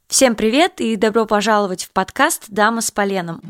Всем привет и добро пожаловать в подкаст «Дама с поленом».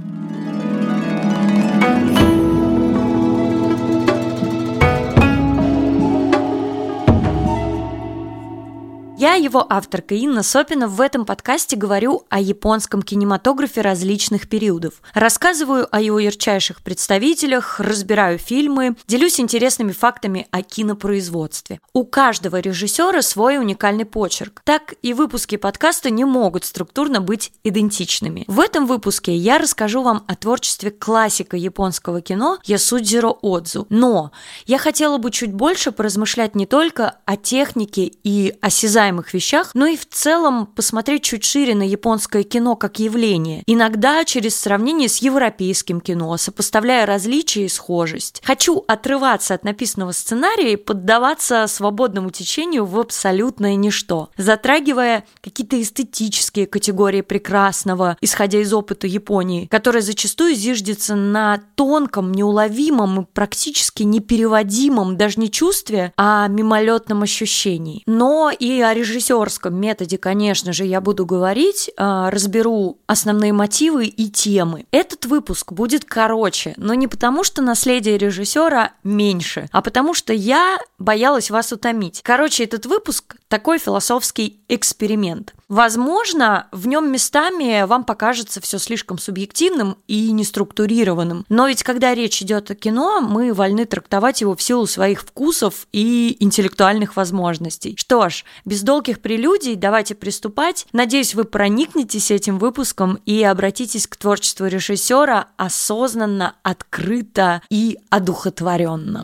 Я, его авторка Инна Сопина, в этом подкасте говорю о японском кинематографе различных периодов. Рассказываю о его ярчайших представителях, разбираю фильмы, делюсь интересными фактами о кинопроизводстве. У каждого режиссера свой уникальный почерк. Так и выпуски подкаста не могут структурно быть идентичными. В этом выпуске я расскажу вам о творчестве классика японского кино Ясудзиро Одзу. Но я хотела бы чуть больше поразмышлять не только о технике и осязаемых вещах, но и в целом посмотреть чуть шире на японское кино как явление, иногда через сравнение с европейским кино, сопоставляя различия и схожесть. Хочу отрываться от написанного сценария и поддаваться свободному течению в абсолютное ничто, затрагивая какие-то эстетические категории прекрасного, исходя из опыта Японии, которая зачастую зиждется на тонком, неуловимом и практически непереводимом даже не чувстве, а мимолетном ощущении. Но и о режиссерском методе, конечно же, я буду говорить, разберу основные мотивы и темы. Этот выпуск будет короче, но не потому, что наследие режиссера меньше, а потому что я боялась вас утомить. Короче, этот выпуск такой философский эксперимент. Возможно, в нем местами вам покажется все слишком субъективным и неструктурированным, но ведь когда речь идет о кино, мы вольны трактовать его в силу своих вкусов и интеллектуальных возможностей. Что ж, без долгих прелюдий давайте приступать. Надеюсь, вы проникнетесь этим выпуском и обратитесь к творчеству режиссера осознанно, открыто и одухотворенно.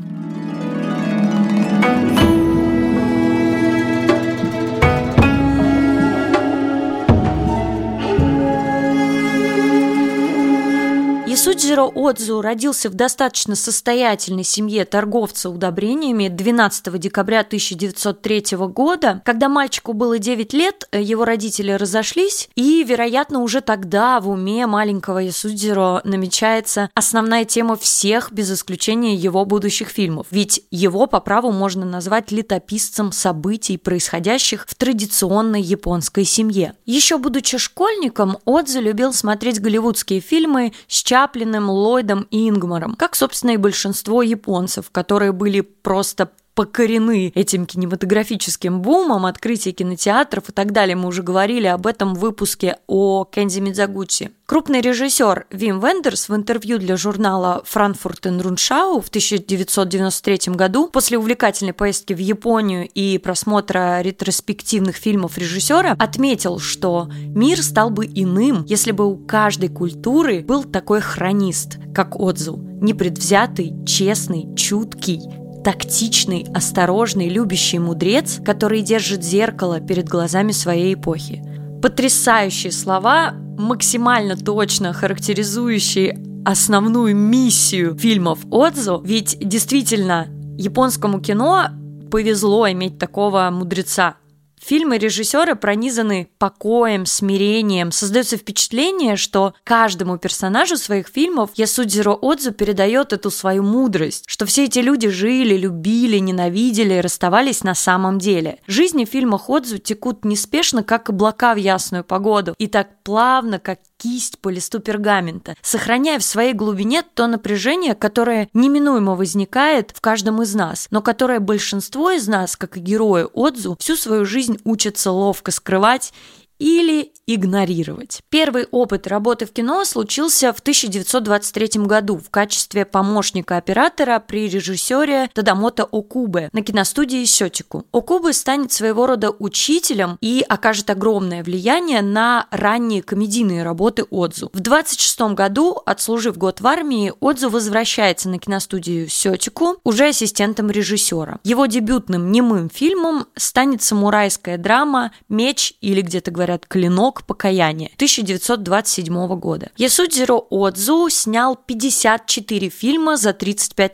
Ясудзиро Одзу родился в достаточно состоятельной семье торговца удобрениями 12 декабря 1903 года. Когда мальчику было 9 лет, его родители разошлись, и, вероятно, уже тогда в уме маленького Ясудзиро намечается основная тема всех, без исключения его будущих фильмов. Ведь его по праву можно назвать летописцем событий, происходящих в традиционной японской семье. Еще будучи школьником, Одзу любил смотреть голливудские фильмы с Чаплиным, Ллойдом и Ингмаром, как, собственно, и большинство японцев, которые были просто покорены этим кинематографическим бумом, открытие кинотеатров и так далее. Мы уже говорили об этом в выпуске о Кензи Мидзагути. Крупный режиссер Вим Вендерс в интервью для журнала «Франкфурт энд Рundschau» в 1993 году после увлекательной поездки в Японию и просмотра ретроспективных фильмов режиссера отметил, что мир стал бы иным, если бы у каждой культуры был такой хронист, как Одзу, непредвзятый, честный, чуткий, тактичный, осторожный, любящий мудрец, который держит зеркало перед глазами своей эпохи. Потрясающие слова, максимально точно характеризующие основную миссию фильмов Одзу, ведь действительно японскому кино повезло иметь такого мудреца. Фильмы режиссера пронизаны покоем, смирением. Создается впечатление, что каждому персонажу своих фильмов Ясудзиро Одзу передает эту свою мудрость, что все эти люди жили, любили, ненавидели, расставались на самом деле. Жизни в фильмах Одзу текут неспешно, как облака в ясную погоду, и так плавно, как кисть по листу пергамента, сохраняя в своей глубине то напряжение, которое неминуемо возникает в каждом из нас, но которое большинство из нас, как и герои Одзу, всю свою жизнь учатся ловко скрывать или игнорировать. Первый опыт работы в кино случился в 1923 году в качестве помощника оператора при режиссере Тадамото Окубе на киностудии Сётику. Окубе станет своего рода учителем и окажет огромное влияние на ранние комедийные работы Одзу. В 1926 году, отслужив год в армии, Одзу возвращается на киностудию Сётику уже ассистентом режиссера. Его дебютным немым фильмом станет самурайская драма «Меч» или, где-то говорят, «Клинок покаяния» 1927 года. Ясудзиро Одзу снял 54 фильма за 35 лет.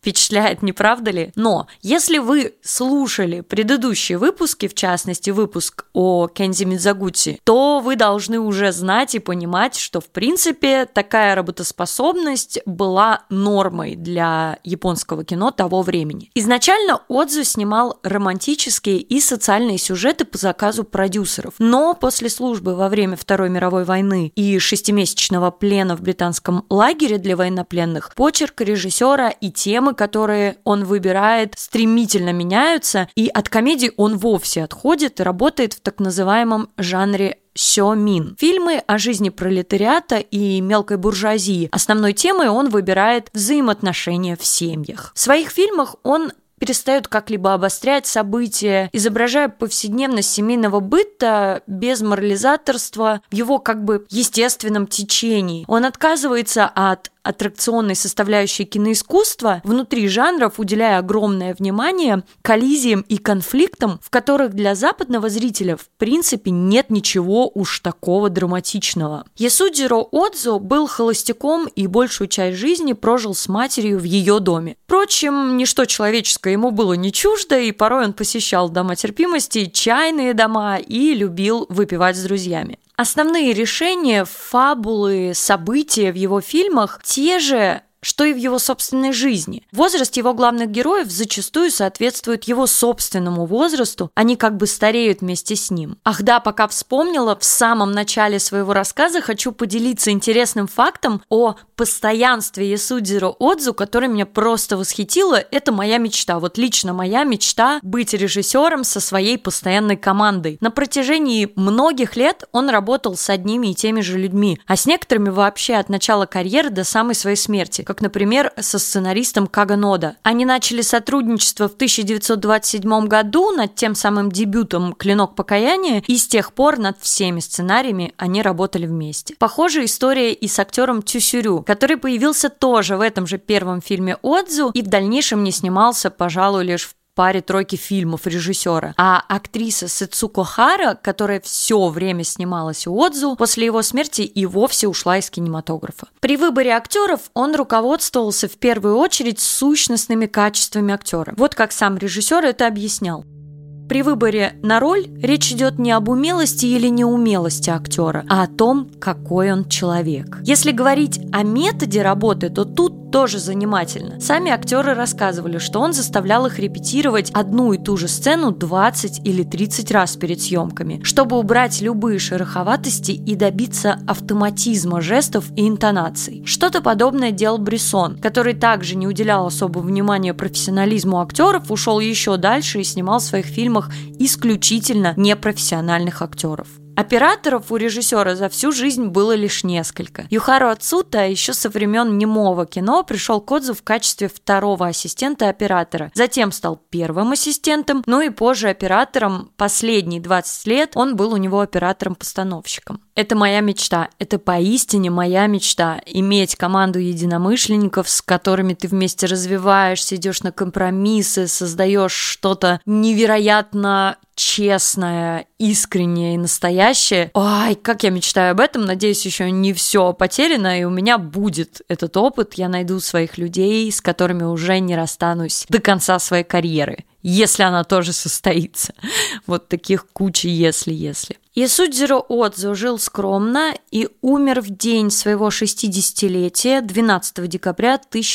Впечатляет, не правда ли? Но если вы слушали предыдущие выпуски, в частности выпуск о Кензи Мидзагути, то вы должны уже знать и понимать, что в принципе такая работоспособность была нормой для японского кино того времени. Изначально Одзу снимал романтические и социальные сюжеты по заказу продюсеров, но после службы во время Второй мировой войны и 6-месячного плена в британском лагере для военнопленных почерк режиссера и темы, которые он выбирает, стремительно меняются, и от комедий он вовсе отходит и работает в так называемом жанре сёмин. Фильмы о жизни пролетариата и мелкой буржуазии. Основной темой он выбирает взаимоотношения в семьях. В своих фильмах он перестает как-либо обострять события, изображая повседневность семейного быта без морализаторства в его как бы естественном течении. Он отказывается от аттракционной составляющей киноискусства внутри жанров, уделяя огромное внимание коллизиям и конфликтам, в которых для западного зрителя в принципе нет ничего уж такого драматичного. Ясуджиро Одзу был холостяком и большую часть жизни прожил с матерью в ее доме. Впрочем, ничто человеческое ему было не чуждо, и порой он посещал дома терпимости, чайные дома и любил выпивать с друзьями. Основные решения, фабулы, события в его фильмах те же, что и в его собственной жизни. Возраст его главных героев зачастую соответствует его собственному возрасту, они как бы стареют вместе с ним. Ах да, пока вспомнила, в самом начале своего рассказа хочу поделиться интересным фактом о постоянстве Ясуджиро Одзу, который меня просто восхитило. Это моя мечта, вот лично моя мечта быть режиссером со своей постоянной командой. На протяжении многих лет он работал с одними и теми же людьми, а с некоторыми вообще от начала карьеры до самой своей смерти, как, например, со сценаристом Кага Нода. Они начали сотрудничество в 1927 году над тем самым дебютом «Клинок покаяния», и с тех пор над всеми сценариями они работали вместе. Похожая история и с актером Тюсюрю, который появился тоже в этом же первом фильме Одзу и в дальнейшем не снимался, пожалуй, лишь в паре-тройки фильмов режиссера. А актриса Сэцуко Хара, которая все время снималась у Одзу, после его смерти и вовсе ушла из кинематографа. При выборе актеров он руководствовался в первую очередь сущностными качествами актера. Вот как сам режиссер это объяснял. При выборе на роль речь идет не об умелости или неумелости актера, а о том, какой он человек. Если говорить о методе работы, то тут тоже занимательно. Сами актеры рассказывали, что он заставлял их репетировать одну и ту же сцену 20 или 30 раз перед съемками, чтобы убрать любые шероховатости и добиться автоматизма жестов и интонаций. Что-то подобное делал Брессон, который также не уделял особого внимания профессионализму актеров, ушел еще дальше и снимал в своих фильмах исключительно непрофессиональных актеров. Операторов у режиссера за всю жизнь было лишь несколько. Юхаро Ацута еще со времен немого кино пришел к Одзу в качестве второго ассистента оператора, затем стал первым ассистентом, ну и позже оператором. Последние 20 лет он был у него оператором-постановщиком. Это моя мечта, это поистине моя мечта – иметь команду единомышленников, с которыми ты вместе развиваешься, идешь на компромиссы, создаешь что-то невероятно честное, искреннее и настоящее. Ой, как я мечтаю об этом. Надеюсь, еще не все потеряно, и у меня будет этот опыт. Я найду своих людей, с которыми уже не расстанусь до конца своей карьеры, если она тоже состоится. Вот таких куча если. Ясуджиро Одзу жил скромно и умер в день своего 60-летия, 12 декабря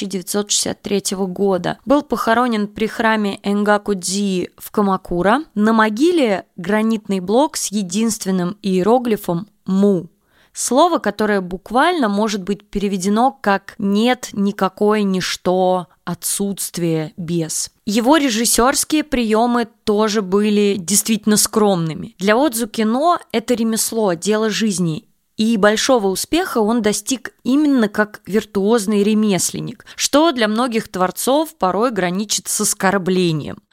1963 года. Был похоронен при храме Энгакудзи в Камакура. На могиле гранитный блок с единственным иероглифом «Му». Слово, которое буквально может быть переведено как «нет», «никакое», «ничто», «отсутствие», «без». Его режиссерские приемы тоже были действительно скромными. Для Одзу кино – это ремесло, дело жизни. И большого успеха он достиг именно как виртуозный ремесленник, что для многих творцов порой граничит с оскорблением.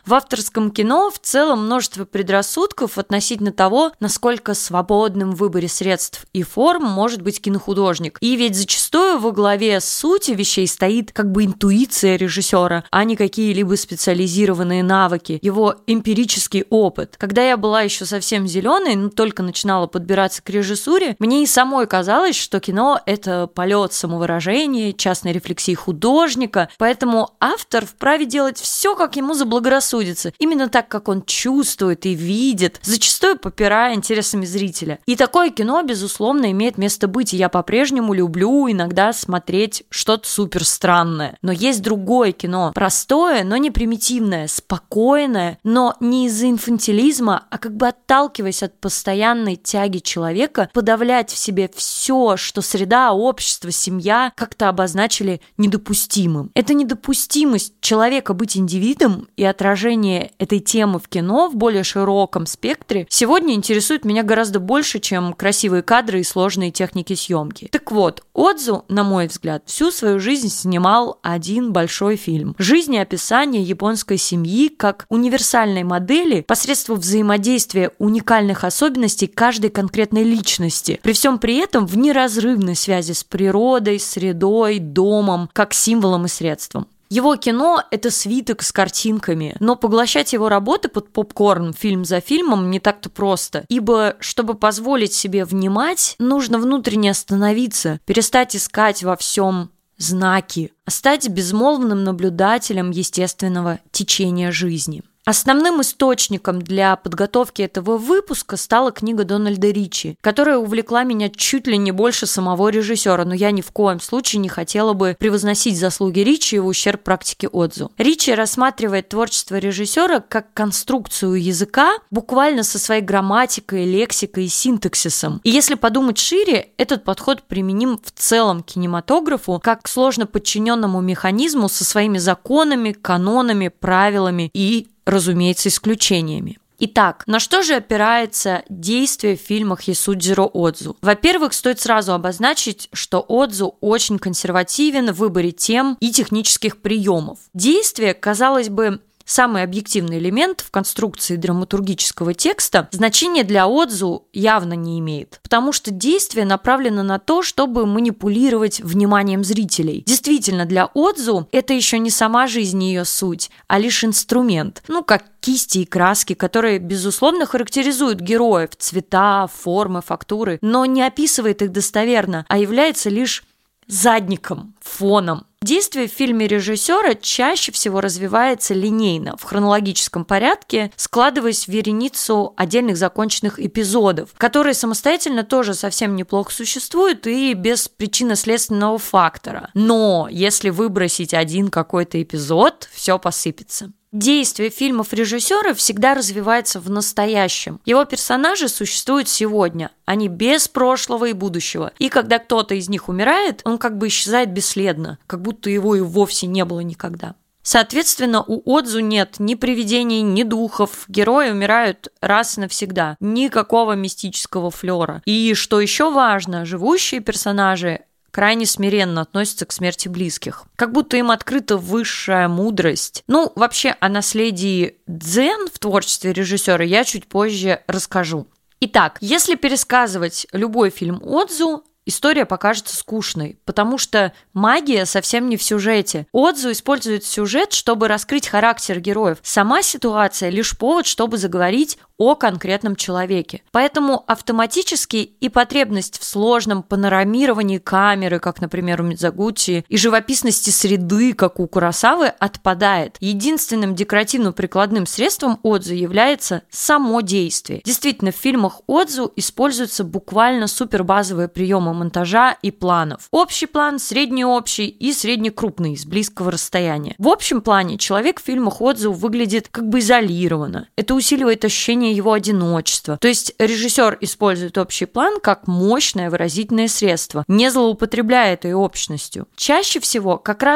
В авторском кино в целом множество предрассудков относительно того, насколько свободным в выборе средств и форм может быть кинохудожник. И ведь зачастую во главе сути вещей стоит как бы интуиция режиссера, а не какие-либо специализированные навыки, его эмпирический опыт. Когда я была еще совсем зеленой, но только начинала подбираться к режиссуре, мне и самой казалось, что кино — это полет самовыражения, частной рефлексии художника, поэтому автор вправе делать все, как ему заблагорассудится, именно так, как он чувствует и видит, зачастую попирая интересами зрителя. И такое кино, безусловно, имеет место быть, и я по-прежнему люблю иногда смотреть что-то супер странное. Но есть другое кино, простое, но не примитивное, спокойное, но не из-за инфантилизма, а как бы отталкиваясь от постоянной тяги человека подавлять в себе все, что среда, общество, семья как-то обозначили недопустимым. Это недопустимость человека быть индивидом и отражение этой темы в кино в более широком спектре сегодня интересует меня гораздо больше, чем красивые кадры и сложные техники съемки. Так вот, Одзу, на мой взгляд, всю свою жизнь снимал один большой фильм. Жизнеописание японской семьи как универсальной модели посредством взаимодействия уникальных особенностей каждой конкретной личности, при всем при этом в неразрывной связи с природой, средой, домом, как символом и средством. Его кино – это свиток с картинками, но поглощать его работы под попкорн фильм за фильмом не так-то просто, ибо, чтобы позволить себе внимать, нужно внутренне остановиться, перестать искать во всем знаки, а стать безмолвным наблюдателем естественного течения жизни. Основным источником для подготовки этого выпуска стала книга Дональда Ричи, которая увлекла меня чуть ли не больше самого режиссера, но я ни в коем случае не хотела бы превозносить заслуги Ричи в ущерб практике Одзу. Ричи рассматривает творчество режиссера как конструкцию языка, буквально со своей грамматикой, лексикой и синтаксисом. И если подумать шире, этот подход применим в целом к кинематографу как к сложно подчиненному механизму со своими законами, канонами, правилами и, разумеется, исключениями. Итак, на что же опирается действие в фильмах Ясуджиро Одзу? Во-первых, стоит сразу обозначить, что Одзу очень консервативен в выборе тем и технических приемов. Действие, казалось бы, самый объективный элемент в конструкции драматургического текста, значение для Одзу явно не имеет, потому что действие направлено на то, чтобы манипулировать вниманием зрителей. Действительно, для Одзу это еще не сама жизнь и ее суть, а лишь инструмент, как кисти и краски, которые, безусловно, характеризуют героев, цвета, формы, фактуры, но не описывает их достоверно, а является лишь задником, фоном. Действие в фильме режиссера чаще всего развивается линейно, в хронологическом порядке, складываясь в вереницу отдельных законченных эпизодов, которые самостоятельно тоже совсем неплохо существуют и без причинно-следственного фактора. Но если выбросить один какой-то эпизод, все посыпется. Действие фильмов режиссера всегда развивается в настоящем. Его персонажи существуют сегодня, они без прошлого и будущего. И когда кто-то из них умирает, он как бы исчезает бесследно, как будто его и вовсе не было никогда. Соответственно, у Одзу нет ни привидений, ни духов. Герои умирают раз и навсегда. Никакого мистического флера. И, что еще важно, живущие персонажи крайне смиренно относятся к смерти близких. Как будто им открыта высшая мудрость. Вообще, о наследии дзен в творчестве режиссера я чуть позже расскажу. Итак, если пересказывать любой фильм Одзу, история покажется скучной, потому что магия совсем не в сюжете. Одзу использует сюжет, чтобы раскрыть характер героев. Сама ситуация лишь повод, чтобы заговорить о конкретном человеке. Поэтому автоматически и потребность в сложном панорамировании камеры, как, например, у Мидзагути, и живописности среды, как у Куросавы, отпадает. Единственным декоративно-прикладным средством Одзу является само действие. Действительно, в фильмах Одзу используются буквально супербазовые приемы монтажа и планов. Общий план, среднеобщий и среднекрупный с близкого расстояния. В общем плане человек в фильмах Одзу выглядит как бы изолированно. Это усиливает ощущение его одиночества. То есть режиссер использует общий план как мощное выразительное средство, не злоупотребляя этой общностью. Чаще всего как раз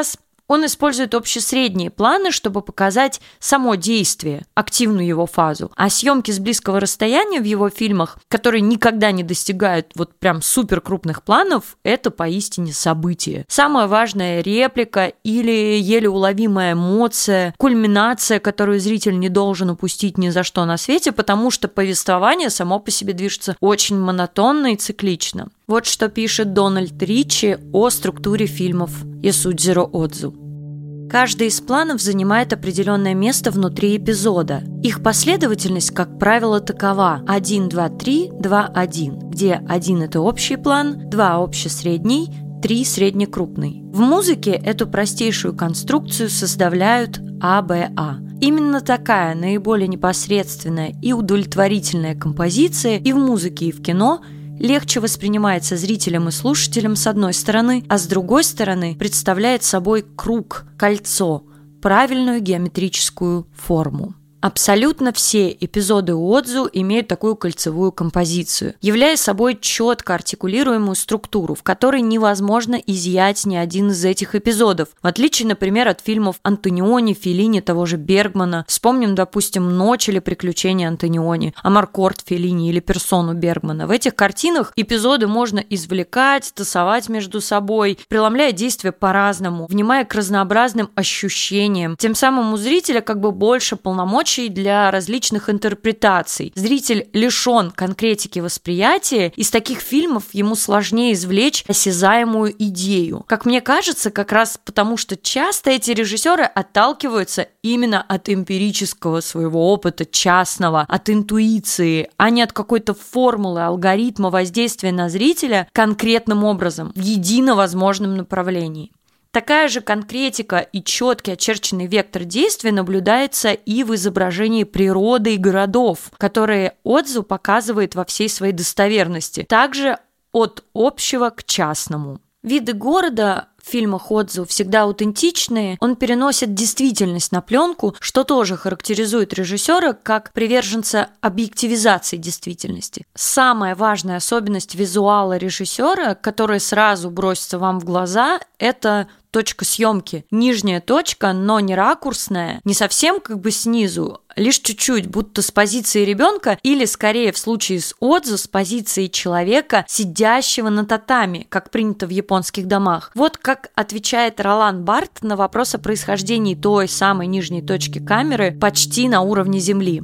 Он использует общесредние планы, чтобы показать само действие, активную его фазу. А съемки с близкого расстояния в его фильмах, которые никогда не достигают вот прям супер крупных планов, это поистине событие. Самая важная реплика или еле уловимая эмоция, кульминация, которую зритель не должен упустить ни за что на свете, потому что повествование само по себе движется очень монотонно и циклично. Вот что пишет Дональд Ричи о структуре фильмов Ясудзиро Одзу. Каждый из планов занимает определенное место внутри эпизода. Их последовательность, как правило, такова: 1, 2, 3, 2, 1, где 1 – это общий план, 2 – общесредний, 3 – среднекрупный. В музыке эту простейшую конструкцию составляют АБА. Именно такая наиболее непосредственная и удовлетворительная композиция и в музыке, и в кино легче воспринимается зрителем и слушателем с одной стороны, а с другой стороны представляет собой круг, кольцо, правильную геометрическую форму. Абсолютно все эпизоды Одзу имеют такую кольцевую композицию, являя собой четко артикулируемую структуру, в которой невозможно изъять ни один из этих эпизодов. В отличие, например, от фильмов Антониони, Феллини, того же Бергмана. Вспомним, допустим, «Ночь» или «Приключения Антониони», «Амаркорд» Феллини или «Персону» Бергмана. В этих картинах эпизоды можно извлекать, тасовать между собой, преломляя действия по-разному, внимая к разнообразным ощущениям. Тем самым у зрителя как бы больше полномочий для различных интерпретаций. Зритель лишен конкретики восприятия, из таких фильмов ему сложнее извлечь осязаемую идею. Как мне кажется, как раз потому, что часто эти режиссеры отталкиваются именно от эмпирического своего опыта частного, от интуиции, а не от какой-то формулы, алгоритма воздействия на зрителя конкретным образом, в единовозможном направлении. Такая же конкретика и четкий очерченный вектор действия наблюдается и в изображении природы и городов, которые Одзу показывает во всей своей достоверности, также от общего к частному. Виды города в фильмах Одзу всегда аутентичные, он переносит действительность на пленку, что тоже характеризует режиссера как приверженца объективизации действительности. Самая важная особенность визуала режиссера, которая сразу бросится вам в глаза, это точка съемки. Нижняя точка, но не ракурсная, не совсем как бы снизу, лишь чуть-чуть, будто с позиции ребенка или, скорее, в случае с Одзу, с позиции человека, сидящего на татами, как принято в японских домах. Вот как отвечает Ролан Барт на вопрос о происхождении той самой нижней точки камеры почти на уровне земли.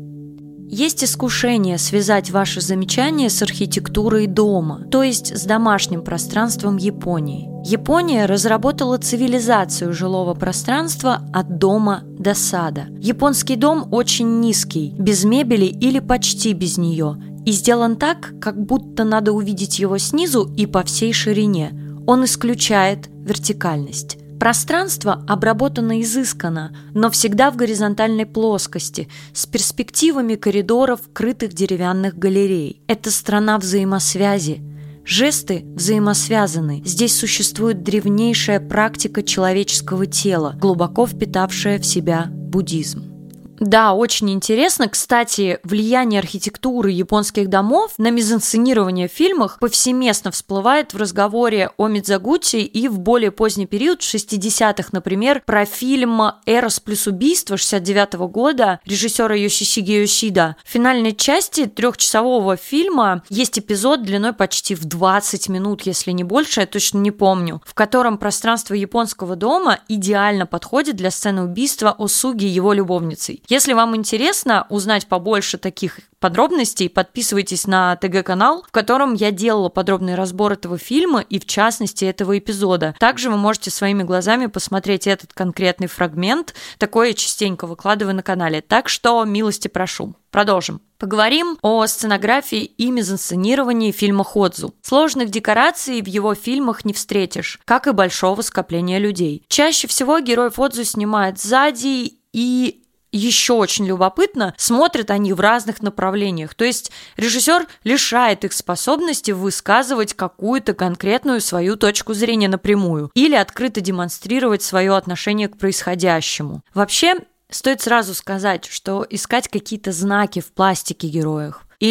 Есть искушение связать ваши замечания с архитектурой дома, то есть с домашним пространством Японии. Япония разработала цивилизацию жилого пространства от дома до сада. Японский дом очень низкий, без мебели или почти без нее, и сделан так, как будто надо увидеть его снизу и по всей ширине. Он исключает вертикальность. Пространство обработано изысканно, но всегда в горизонтальной плоскости, с перспективами коридоров, крытых деревянных галерей. Это страна взаимосвязи. Жесты взаимосвязаны. Здесь существует древнейшая практика человеческого тела, глубоко впитавшая в себя буддизм. Да, очень интересно. Кстати, влияние архитектуры японских домов на мизансценирование в фильмах повсеместно всплывает в разговоре о Мидзагути и в более поздний период, в 60-х, например, про фильм «Эрос плюс убийство» 69-го года режиссера Йосисиги Йосида. В финальной части трехчасового фильма есть эпизод длиной почти в 20 минут, если не больше, я точно не помню, в котором пространство японского дома идеально подходит для сцены убийства Осуги и его любовницей. Если вам интересно узнать побольше таких подробностей, подписывайтесь на ТГ-канал, в котором я делала подробный разбор этого фильма и, в частности, этого эпизода. Также вы можете своими глазами посмотреть этот конкретный фрагмент. Такое я частенько выкладываю на канале. Так что милости прошу. Продолжим. Поговорим о сценографии и мизансценировании фильма Одзу. Сложных декораций в его фильмах не встретишь, как и большого скопления людей. Чаще всего героев Одзу снимают сзади и... Еще очень любопытно, смотрят они в разных направлениях. То есть режиссер лишает их способности высказывать какую-то конкретную свою точку зрения напрямую или открыто демонстрировать свое отношение к происходящему. Вообще, стоит сразу сказать, что искать какие-то знаки в пластике героев или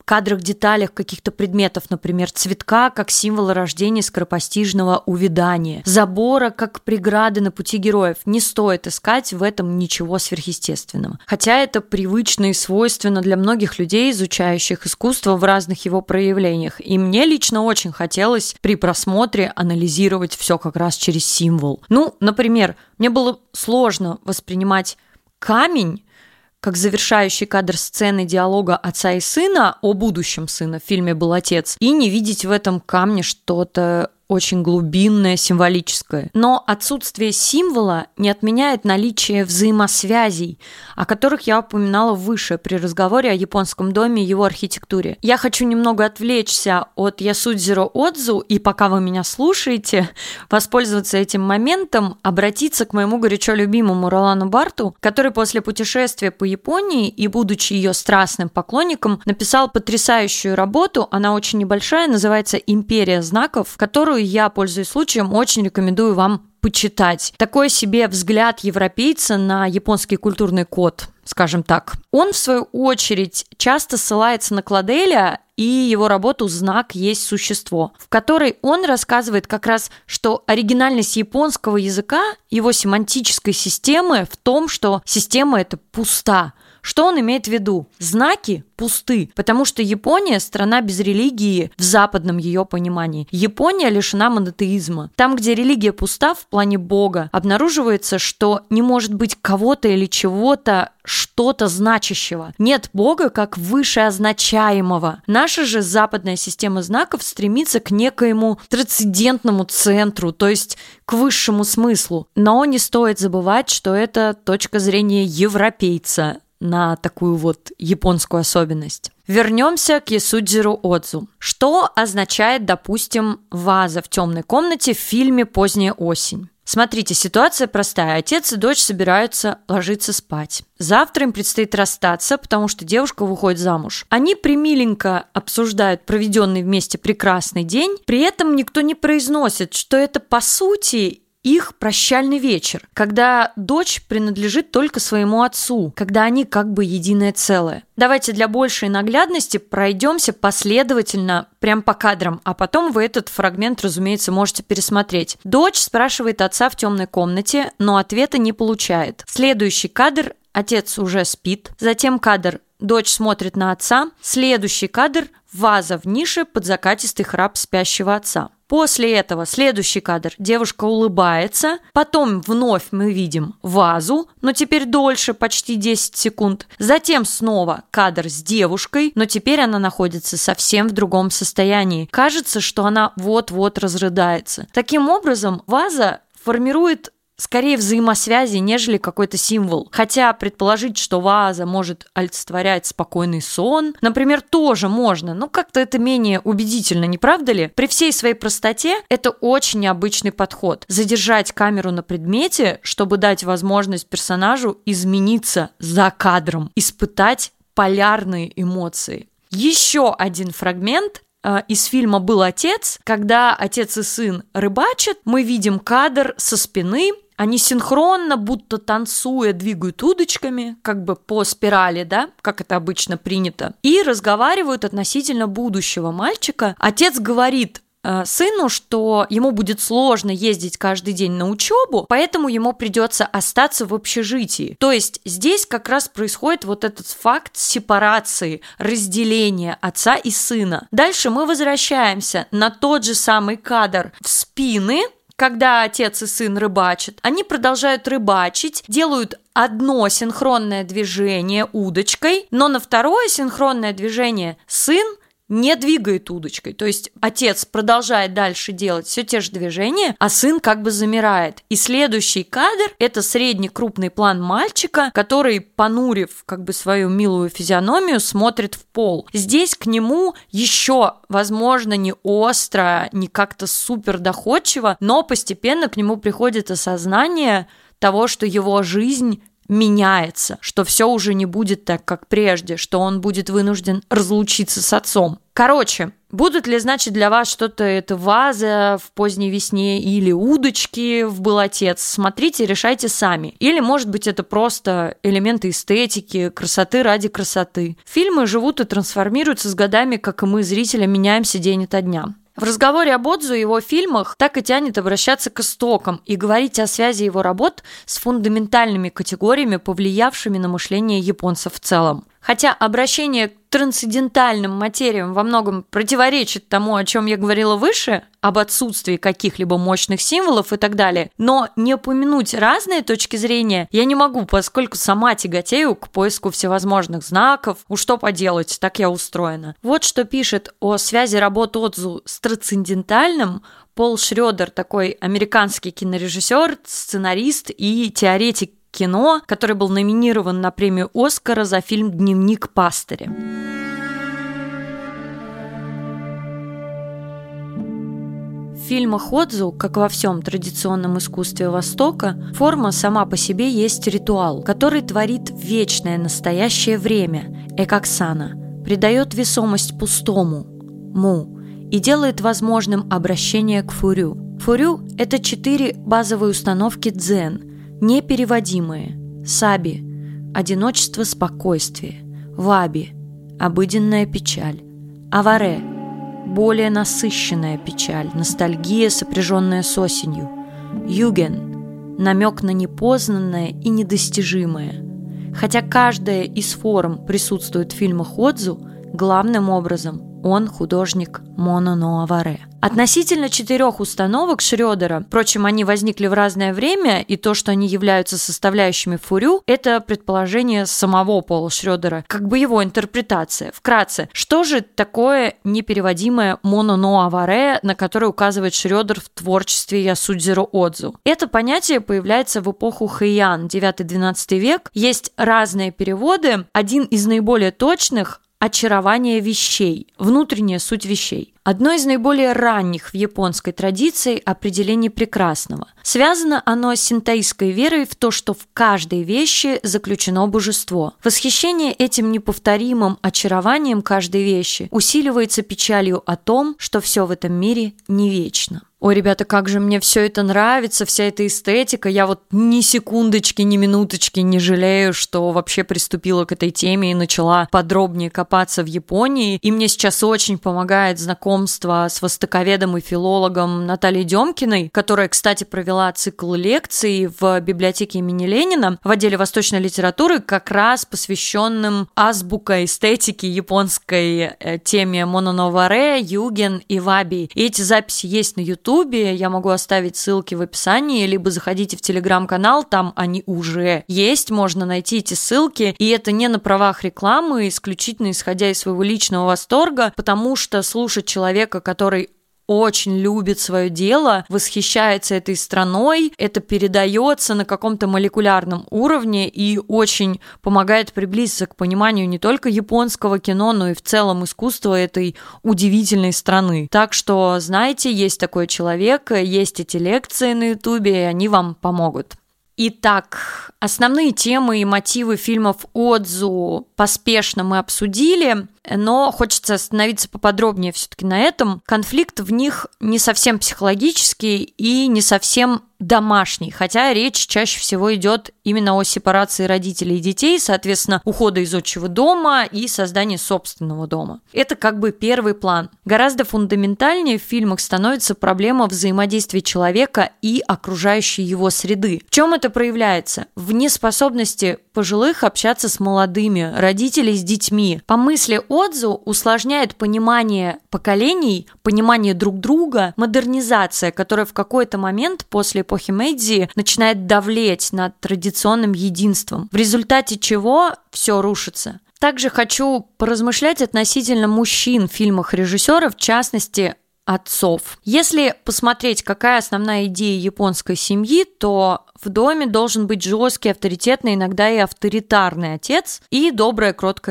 кадрах, деталях каких-то предметов, например, цветка как символа рождения скоропостижного увядания, забора как преграды на пути героев. Не стоит искать в этом ничего сверхъестественного. Хотя это привычно и свойственно для многих людей, изучающих искусство в разных его проявлениях. И мне лично очень хотелось при просмотре анализировать все как раз через символ. Например, мне было сложно воспринимать камень как завершающий кадр сцены диалога отца и сына о будущем сына, в фильме был отец, и не видеть в этом камне что-то очень глубинное, символическое. Но отсутствие символа не отменяет наличие взаимосвязей, о которых я упоминала выше при разговоре о японском доме и его архитектуре. Я хочу немного отвлечься от Ясудзиро Одзу и, пока вы меня слушаете, воспользоваться этим моментом, обратиться к моему горячо любимому Ролану Барту, который после путешествия по Японии и, будучи ее страстным поклонником, написал потрясающую работу, она очень небольшая, называется «Империя знаков», которую я, пользуясь случаем, очень рекомендую вам почитать. Такой себе взгляд европейца на японский культурный код, скажем так. Он, в свою очередь, часто ссылается на Кладеля и его работу «Знак есть существо», в которой он рассказывает как раз, что оригинальность японского языка, его семантической системы в том, что система эта пуста. Что он имеет в виду? Знаки пусты, потому что Япония – страна без религии в западном ее понимании. Япония лишена монотеизма. Там, где религия пуста в плане Бога, обнаруживается, что не может быть кого-то или чего-то, что-то значащего. Нет Бога как вышеозначаемого. Наша же западная система знаков стремится к некоему трансцендентному центру, то есть к высшему смыслу. Но не стоит забывать, что это точка зрения европейца на такую вот японскую особенность. Вернемся к Ясудзиро Одзу. Что означает, допустим, ваза в темной комнате в фильме «Поздняя осень»? Смотрите, ситуация простая. Отец и дочь собираются ложиться спать. Завтра им предстоит расстаться, потому что девушка выходит замуж. Они премиленько обсуждают проведенный вместе прекрасный день, при этом никто не произносит, что это по сути их прощальный вечер, когда дочь принадлежит только своему отцу, когда они как бы единое целое. Давайте для большей наглядности пройдемся последовательно, прям по кадрам, а потом вы этот фрагмент, разумеется, можете пересмотреть. Дочь спрашивает отца в темной комнате, но ответа не получает. Следующий кадр – отец уже спит, затем кадр – дочь смотрит на отца, следующий кадр – ваза в нише под закатистый храп спящего отца. После этого следующий кадр. Девушка улыбается. Потом вновь мы видим вазу, но теперь дольше, почти 10 секунд. Затем снова кадр с девушкой, но теперь она находится совсем в другом состоянии. Кажется, что она вот-вот разрыдается. Таким образом, ваза формирует скорее взаимосвязи, нежели какой-то символ. Хотя предположить, что ваза может олицетворять спокойный сон, например, тоже можно, но как-то это менее убедительно, не правда ли? При всей своей простоте это очень необычный подход. Задержать камеру на предмете, чтобы дать возможность персонажу измениться за кадром, испытать полярные эмоции. Еще один фрагмент из фильма «Был отец», когда отец и сын рыбачат, мы видим кадр со спины. Они синхронно, будто танцуя, двигают удочками, как бы по спирали, да, как это обычно принято, и разговаривают относительно будущего мальчика. Отец говорит сыну, что ему будет сложно ездить каждый день на учебу, поэтому ему придется остаться в общежитии. То есть здесь как раз происходит вот этот факт сепарации, разделения отца и сына. Дальше мы возвращаемся на тот же самый кадр в спины, когда отец и сын рыбачат. Они продолжают рыбачить, делают одно синхронное движение удочкой, но на второе синхронное движение сын не двигает удочкой. То есть отец продолжает дальше делать все те же движения, а сын как бы замирает. И следующий кадр – это средний крупный план мальчика, который, понурив как бы свою милую физиономию, смотрит в пол. Здесь к нему еще, возможно, не остро, не как-то супер доходчиво, но постепенно к нему приходит осознание того, что его жизнь меняется, что все уже не будет так, как прежде, что он будет вынужден разлучиться с отцом. Короче, будут ли, значит, для вас что-то это ваза в поздней весне или удочки в «Был отец»? Смотрите, решайте сами. Или, может быть, это просто элементы эстетики, красоты ради красоты. Фильмы живут и трансформируются с годами, как и мы, зрители, меняемся день ото дня. В разговоре об Одзу и его фильмах так и тянет обращаться к истокам и говорить о связи его работ с фундаментальными категориями, повлиявшими на мышление японцев в целом. Хотя обращение к трансцендентальным материям во многом противоречит тому, о чем я говорила выше, об отсутствии каких-либо мощных символов и так далее, но не упомянуть разные точки зрения я не могу, поскольку сама тяготею к поиску всевозможных знаков. Что поделать, так я устроена. Вот что пишет о связи работ Одзу с трансцендентальным Пол Шрёдер, такой американский кинорежиссер, сценарист и теоретик кино, который был номинирован на премию Оскара за фильм «Дневник пастыря». В фильмах Одзу, как во всем традиционном искусстве Востока, форма сама по себе есть ритуал, который творит вечное настоящее время, экаксана, придает весомость пустому, му, и делает возможным обращение к фурю. Фурю – это 4 базовые установки дзен, непереводимые: саби – одиночество, спокойствие; ваби – обыденная печаль; аваре – более насыщенная печаль, ностальгия, сопряженная с осенью; юген – намек на непознанное и недостижимое. Хотя каждая из форм присутствует в фильмах Одзу, главным образом он художник Моно но аваре. Относительно 4 установок Шрёдера, впрочем, они возникли в разное время, и то, что они являются составляющими фурю, это предположение самого Пола Шрёдера, как бы его интерпретация. Вкратце, что же такое непереводимое Моно но аваре, на которое указывает Шрёдер в творчестве Ясудзиро Одзу? Это понятие появляется в эпоху Хэйан, 9-12 век. Есть разные переводы. Один из наиболее точных – очарование вещей, внутренняя суть вещей. Одно из наиболее ранних в японской традиции определений прекрасного. Связано оно с синтоистской верой в то, что в каждой вещи заключено божество. Восхищение этим неповторимым очарованием каждой вещи усиливается печалью о том, что все в этом мире не вечно. Ой, ребята, как же мне все это нравится, вся эта эстетика. Я вот ни секундочки, ни минуточки не жалею, что вообще приступила к этой теме и начала подробнее копаться в Японии. И мне сейчас очень помогает знакомство с востоковедом и филологом Натальей Демкиной, которая, кстати, провела цикл лекций в библиотеке имени Ленина в отделе восточной литературы, как раз посвященным азбука эстетики японской теме Моно но аваре, юген и ваби. И эти записи есть на YouTube. Я могу оставить ссылки в описании, либо заходите в телеграм-канал, там они уже есть, можно найти эти ссылки. И это не на правах рекламы, исключительно исходя из своего личного восторга, потому что слушать человека, который очень любит свое дело, восхищается этой страной, это передается на каком-то молекулярном уровне и очень помогает приблизиться к пониманию не только японского кино, но и в целом искусства этой удивительной страны. Так что, знаете, есть такой человек, есть эти лекции на Ютубе, и они вам помогут. Итак, основные темы и мотивы фильмов Одзу поспешно мы обсудили, но хочется остановиться поподробнее все-таки на этом. Конфликт в них не совсем психологический и не совсем домашний, хотя речь чаще всего идет именно о сепарации родителей и детей, соответственно, ухода из отчего дома и создании собственного дома. Это как бы первый план. Гораздо фундаментальнее в фильмах становится проблема взаимодействия человека и окружающей его среды. В чем это проявляется? В неспособности пожилых общаться с молодыми, родителей с детьми. По мысли Одзу усложняет понимание поколений, понимание друг друга, модернизация, которая в какой-то момент после эпохи Мэйдзи начинает давлеть над традиционным единством, в результате чего все рушится. Также хочу поразмышлять относительно мужчин в фильмах режиссера, в частности, отцов. Если посмотреть, какая основная идея японской семьи, то в доме должен быть жесткий, авторитетный, иногда и авторитарный отец и добрая, кроткая мать.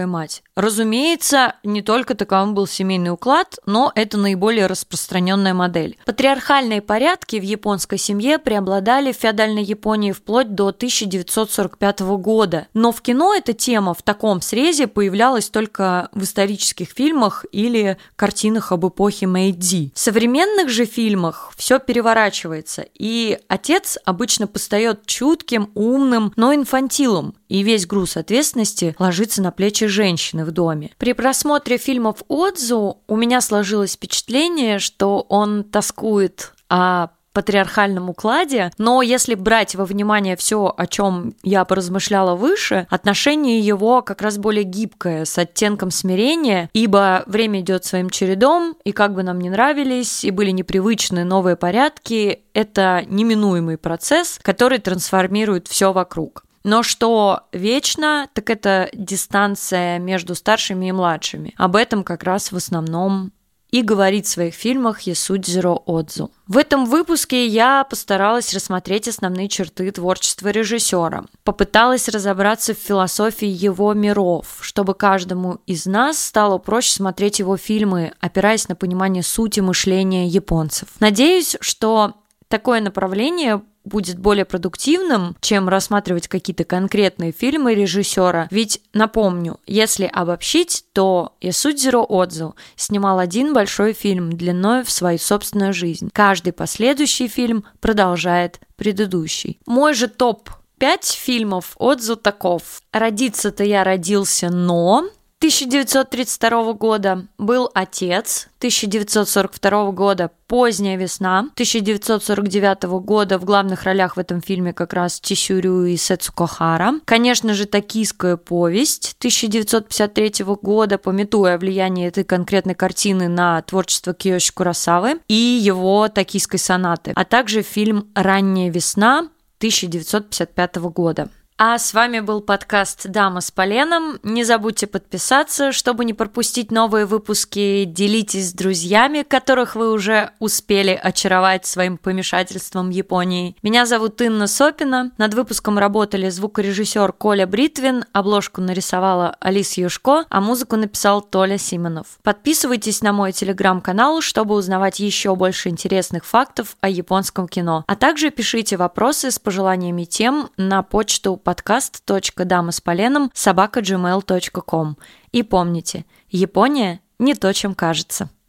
Разумеется, не только таковым был семейный уклад, но это наиболее распространенная модель. Патриархальные порядки в японской семье преобладали в феодальной Японии вплоть до 1945 года. Но в кино эта тема в таком срезе появлялась только в исторических фильмах или картинах об эпохе Мэйдзи. В современных же фильмах все переворачивается, и отец обычно постает чутким, умным, но инфантилом, и весь груз ответственности ложится на плечи женщины в доме. При просмотре фильмов Одзу у меня сложилось впечатление, что он тоскует о патриархальном укладе, но если брать во внимание все, о чем я поразмышляла выше, отношение его как раз более гибкое, с оттенком смирения, ибо время идет своим чередом, и как бы нам ни нравились, и были непривычны новые порядки, это неминуемый процесс, который трансформирует все вокруг. Но что вечно, так это дистанция между старшими и младшими. Об этом как раз в основном и говорит в своих фильмах Ясудзиро Одзу. В этом выпуске я постаралась рассмотреть основные черты творчества режиссера, попыталась разобраться в философии его миров, чтобы каждому из нас стало проще смотреть его фильмы, опираясь на понимание сути мышления японцев. Надеюсь, что такое направление будет более продуктивным, чем рассматривать какие-то конкретные фильмы режиссера. Ведь, напомню, если обобщить, то Ясудзиро Одзу снимал один большой фильм длиной в свою собственную жизнь. Каждый последующий фильм продолжает предыдущий. Мой же топ-5 фильмов Одзу таков. «Родиться-то я родился, но...» 1932 года был «Отец», 1942 года «Поздняя весна», 1949 года в главных ролях в этом фильме как раз Чисюрю и Сэцуко Хара. Конечно же, «Токийская повесть» 1953 года, памятуя о влиянии этой конкретной картины на творчество Киёши Куросавы и его «Токийской сонаты», а также фильм «Ранняя весна» 1955 года. А с вами был подкаст «Дама с поленом». Не забудьте подписаться, чтобы не пропустить новые выпуски. Делитесь с друзьями, которых вы уже успели очаровать своим помешательством в Японии. Меня зовут Инна Сопина. Над выпуском работали звукорежиссер Коля Бритвин, обложку нарисовала Алиса Юшко, а музыку написал Толя Симонов. Подписывайтесь на мой телеграм-канал, чтобы узнавать еще больше интересных фактов о японском кино. А также пишите вопросы с пожеланиями тем на почту podcast.damaspolenom@gmail.com. И помните, Япония не то, чем кажется.